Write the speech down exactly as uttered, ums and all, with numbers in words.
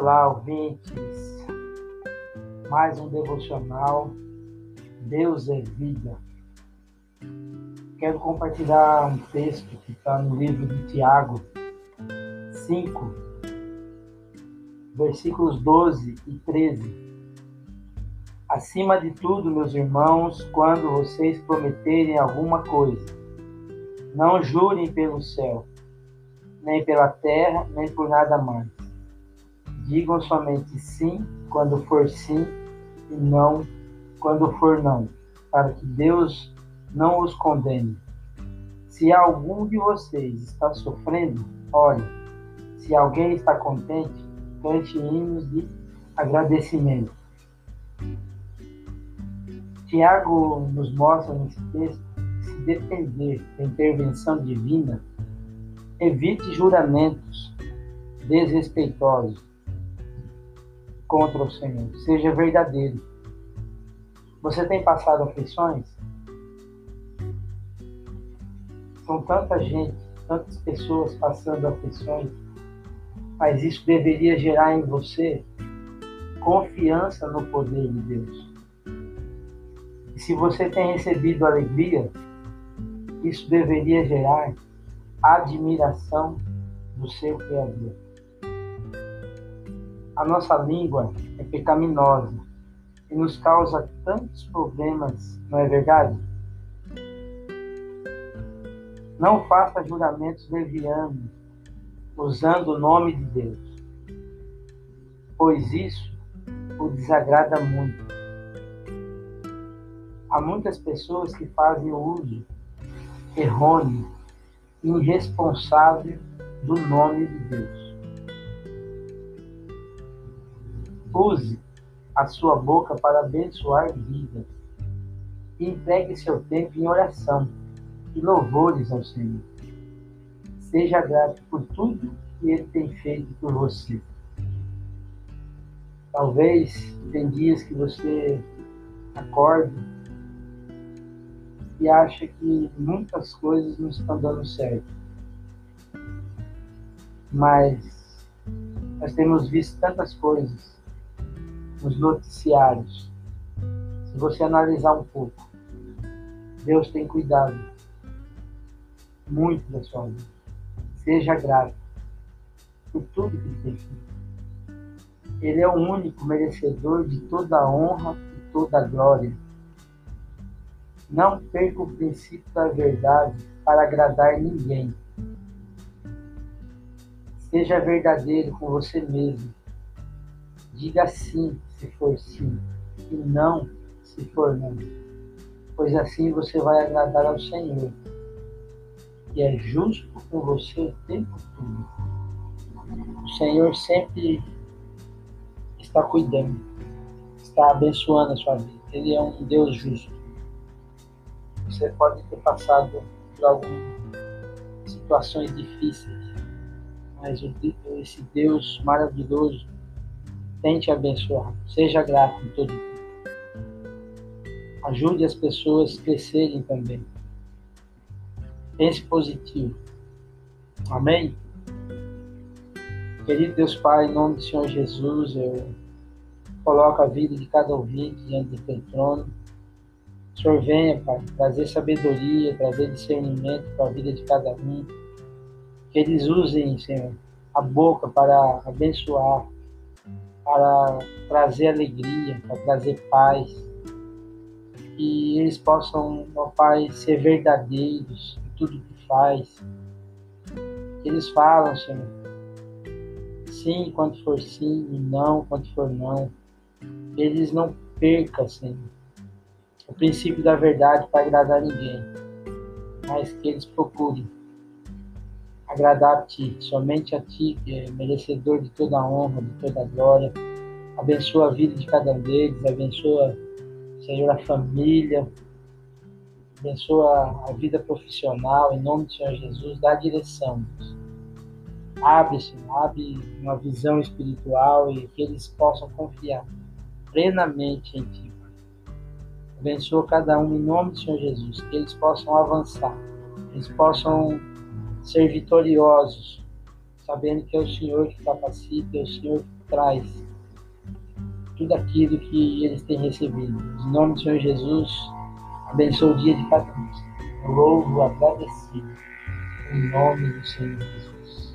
Olá, ouvintes. Mais um devocional. Deus é vida. Quero compartilhar um texto que está no livro de Tiago cinco, versículos doze e treze. Acima de tudo, meus irmãos, quando vocês prometerem alguma coisa, não jurem pelo céu, nem pela terra, nem por nada mais. Digam somente sim quando for sim e não quando for não, para que Deus não os condene. Se algum de vocês está sofrendo, ore. Se alguém está contente, cante hinos de agradecimento. Tiago nos mostra nesse texto que, se depender da intervenção divina, evite juramentos desrespeitosos contra o Senhor. Seja verdadeiro. Você tem passado aflições? São tanta gente, tantas pessoas passando aflições, mas isso deveria gerar em você confiança no poder de Deus. E se você tem recebido alegria, isso deveria gerar admiração do seu Criador. A nossa língua é pecaminosa e nos causa tantos problemas, não é verdade? Não faça juramentos levianos usando o nome de Deus, pois isso o desagrada muito. Há muitas pessoas que fazem o uso errôneo e irresponsável do nome de Deus. Use a sua boca para abençoar vidas e entregue seu tempo em oração e louvores ao Senhor. Seja grato por tudo que Ele tem feito por você. Talvez tem dias que você acorda e acha que muitas coisas não estão dando certo. Mas nós temos visto tantas coisas nos noticiários. Se você analisar um pouco, Deus tem cuidado muito da sua vida. Seja grato por tudo que Ele tem feito. Ele é o único merecedor de toda a honra e toda a glória. Não perca o princípio da verdade para agradar ninguém. Seja verdadeiro com você mesmo. Diga sim se for sim e não se for não. Pois assim você vai agradar ao Senhor, que é justo com você o tempo todo. O Senhor sempre está cuidando, está abençoando a sua vida. Ele é um Deus justo. Você pode ter passado por algumas situações difíceis, mas esse Deus maravilhoso tem te abençoado. Seja grato em todo tempo. Ajude as pessoas a crescerem também. Pense positivo. Amém? Querido Deus Pai, em nome do Senhor Jesus, eu coloco a vida de cada ouvinte diante do teu trono. O Senhor venha, Pai, trazer sabedoria, trazer discernimento para a vida de cada um. Que eles usem, Senhor, a boca para abençoar, para trazer alegria, para trazer paz. Que eles possam, ó Pai, ser verdadeiros em tudo que faz. Que eles falam, Senhor, sim quando for sim e não quando for não. Que eles não percam, Senhor, o princípio da verdade para agradar ninguém, mas que eles procurem agradar a Ti, somente a Ti, que é merecedor de toda a honra, de toda a glória. Abençoa a vida de cada um deles, abençoa, Senhor, a família, abençoa a vida profissional, em nome do Senhor Jesus, dá direção, Deus. Abre, Senhor, abre uma visão espiritual e que eles possam confiar plenamente em Ti. Abençoa cada um em nome do Senhor Jesus, que eles possam avançar, que eles possam ser vitoriosos, sabendo que é o Senhor que capacita, é o Senhor traz tudo aquilo que eles têm recebido. Em nome do Senhor Jesus, abençoe o dia de cada um. Eu louvo agradecido em nome do Senhor Jesus.